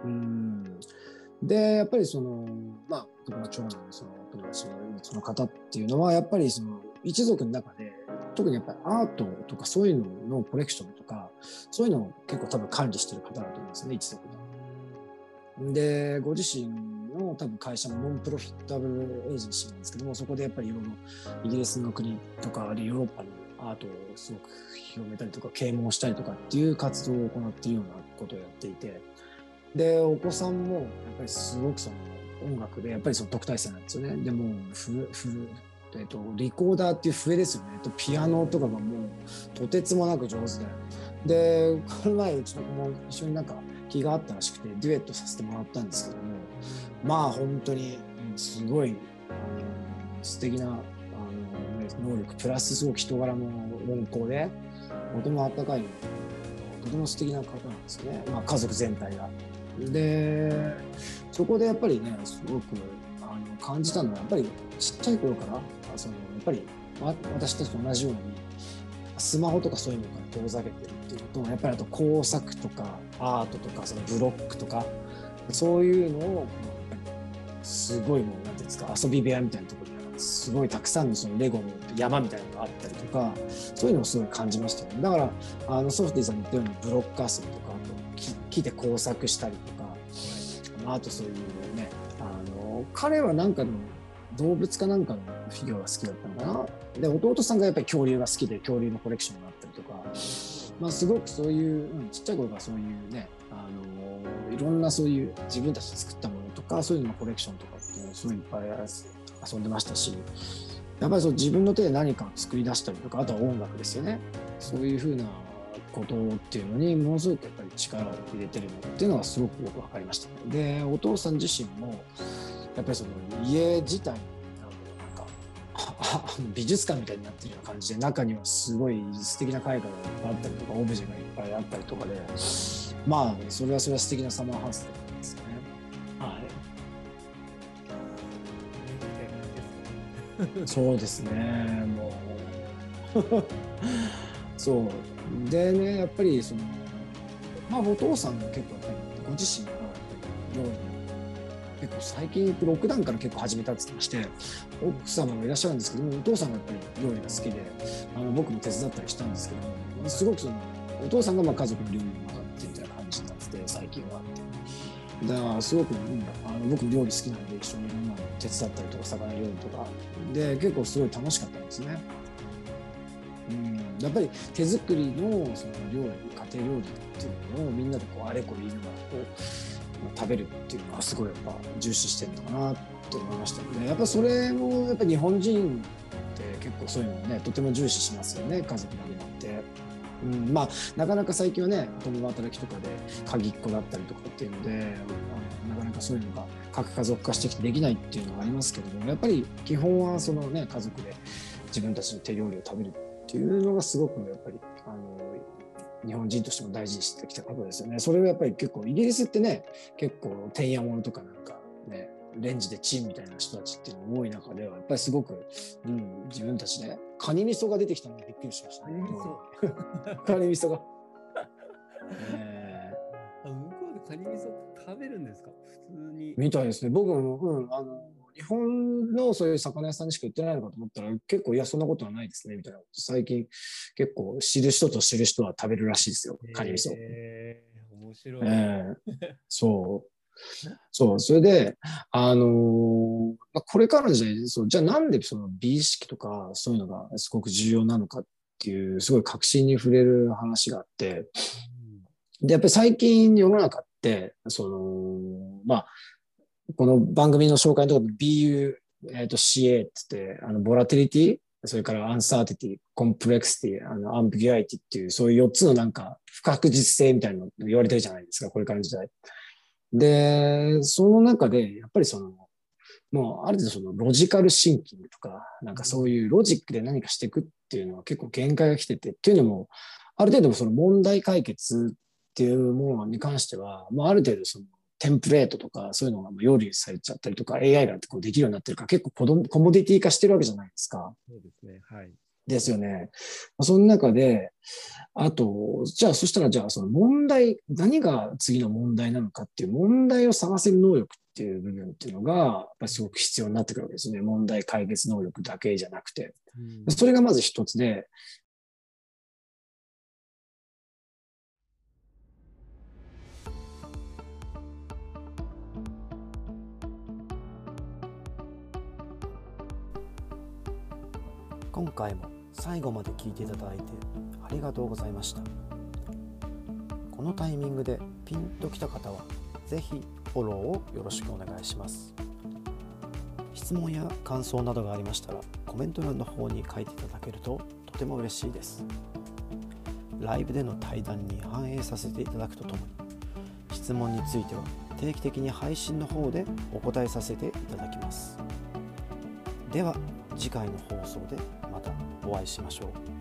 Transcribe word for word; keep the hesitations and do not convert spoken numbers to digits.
うんでやっぱりそのまあ僕の長男のその友達のその方っていうのはやっぱりその一族の中で特にやっぱりアートとかそういうののコレクションとかそういうのを結構多分管理してる方だと思うんですね、一族で。でご自身の多分会社もノンプロフィッタブルエージェンシーなんですけども、そこでやっぱりいろいろイギリスの国とかあるいはヨーロッパのアートをすごく広めたりとか啓蒙したりとかっていう活動を行っているようなことをやっていて、でお子さんもやっぱりすごくその音楽でやっぱりその特待生なんですよね。でもフフえっとリコーダーっていう笛ですよね。とピアノとかがもうとてつもなく上手で、でこの前うちの子も一緒になんか気があったらしくてデュエットさせてもらったんですけども、まあ本当にすごいあの素敵なあの能力プラスすごく人柄も温厚でとても温かいとても素敵な方なんですよね、まあ、家族全体が。でそこでやっぱりねすごくあの感じたのはやっぱりちっちゃい頃からそのやっぱり私たちと同じようにスマホとかそういうのから遠ざけてるっていうのと、やっぱりあと工作とかアートとかそのブロックとかそういうのをすごいもうなんていうんですか遊び部屋みたいなところにすごいたくさんのそのレゴの山みたいなのがあったりとかそういうのをすごい感じましたよね。だからあのソフティさんが言ったようにブロック遊びとかあと木で工作したりとか、はい、あとそういうねあの彼はなんかの動物かなんかのフィギュアが好きだったのかな。で弟さんがやっぱり恐竜が好きで恐竜のコレクションがあったりとか、まあ、すごくそういう、うん、ちっちゃい頃からそういうねあのいろんなそういう自分たちで作ったものとかそういうののコレクションとかっていうのをすごいいっぱい遊んでましたし、やっぱりそう自分の手で何かを作り出したりとかあとは音楽ですよね。そういうふうなことっていうのにものすごくやっぱり力を入れてるのっていうのがすごくよく分かりました。でお父さん自身もやっぱりその家自体になんか美術館みたいになってるような感じで中にはすごい素敵な絵画がいっぱいあったりとかオブジェがいっぱいあったりとかで、まあそれはそれは素敵なサマーハウスだったんですよね。はいそうですねもうそうでねやっぱりそのまあお父さんが結構やっぱりご自身が料理結構最近ロックダウンから結構始めたって言ってまして、奥様もいらっしゃるんですけどもお父さんがやっぱり料理が好きであの僕も手伝ったりしたんですけどもすごくそのお父さんがまあ家族の料理を分かってみたいな感じになってて最近はだからすごく、うん、あの僕料理好きなんで一緒にいろんなの手伝ったりとか魚料理とかで結構すごい楽しかったんですね。うん、やっぱり手作りのその料理家庭料理っていうのをみんなでこうあれこれ言いながらこう食べるっていうのはすごいやっぱ重視してるのかなって思いましたので、やっぱそれもやっぱ日本人って結構そういうのをねとても重視しますよね、家族だけであって。うん、まあなかなか最近はね共働きとかで鍵っ子だったりとかっていうのであのなかなかそういうのが核家族化してきてできないっていうのがありますけども、やっぱり基本はそのね家族で自分たちの手料理を食べるっていうのがすごくやっぱりあの日本人としても大事にしてきたことですよね。それはやっぱり結構イギリスってね結構てんやものとかなんかねレンジでチンみたいな人たちっていうのが多い中ではやっぱりすごく、うん、自分たちでカニ味噌が出てきたのでびっくりしましたね。カニ味噌が、 えー、あ向こうでカニ味噌食べるんですか普通に。 みたいですね。僕も、うん、あの日本のそういう魚屋さんにしか売ってないのかと思ったら結構いやそんなことはないですねみたいな最近結構知る人と知る人は食べるらしいですよ、カニ味噌。 えー、面白い。 えー、そうそう、それで、あのー、これからの時代、そう、じゃあなんでその美意識とかそういうのがすごく重要なのかっていう、すごい革新に触れる話があって、で、やっぱり最近世の中って、その、まあ、この番組の紹介のところで ビーユー、えっと シーエー って言って、あの、ボラティリティ、それからアンサーティティ、コンプレクシティ、あの、アンビギュアイティっていう、そういうよっつのなんか、不確実性みたいなの言われてるじゃないですか、これからの時代。で、その中で、やっぱりその、もうある程度そのロジカルシンキングとか、なんかそういうロジックで何かしていくっていうのは結構限界が来てて、っていうのも、ある程度その問題解決っていうものに関しては、もうある程度そのテンプレートとかそういうのが用意されちゃったりとか、エーアイ がこうできるようになってるから、結構コモディティ化してるわけじゃないですか。 そうですね。はい。 ですよね。その中で、あと、じゃあ、そしたら、じゃあ、その問題、何が次の問題なのかっていう問題を探せる能力っていう部分っていうのが、やっぱりすごく必要になってくるわけですね。問題解決能力だけじゃなくて。 うんそれがまず一つで、 今回も最後まで聞いていただいてありがとうございました。このタイミングでピンときた方はぜひフォローをよろしくお願いします。質問や感想などがありましたらコメント欄の方に書いていただけるととても嬉しいです。ライブでの対談に反映させていただくとともに、質問については定期的に配信の方でお答えさせていただきます。では次回の放送でまたお会いしましょう。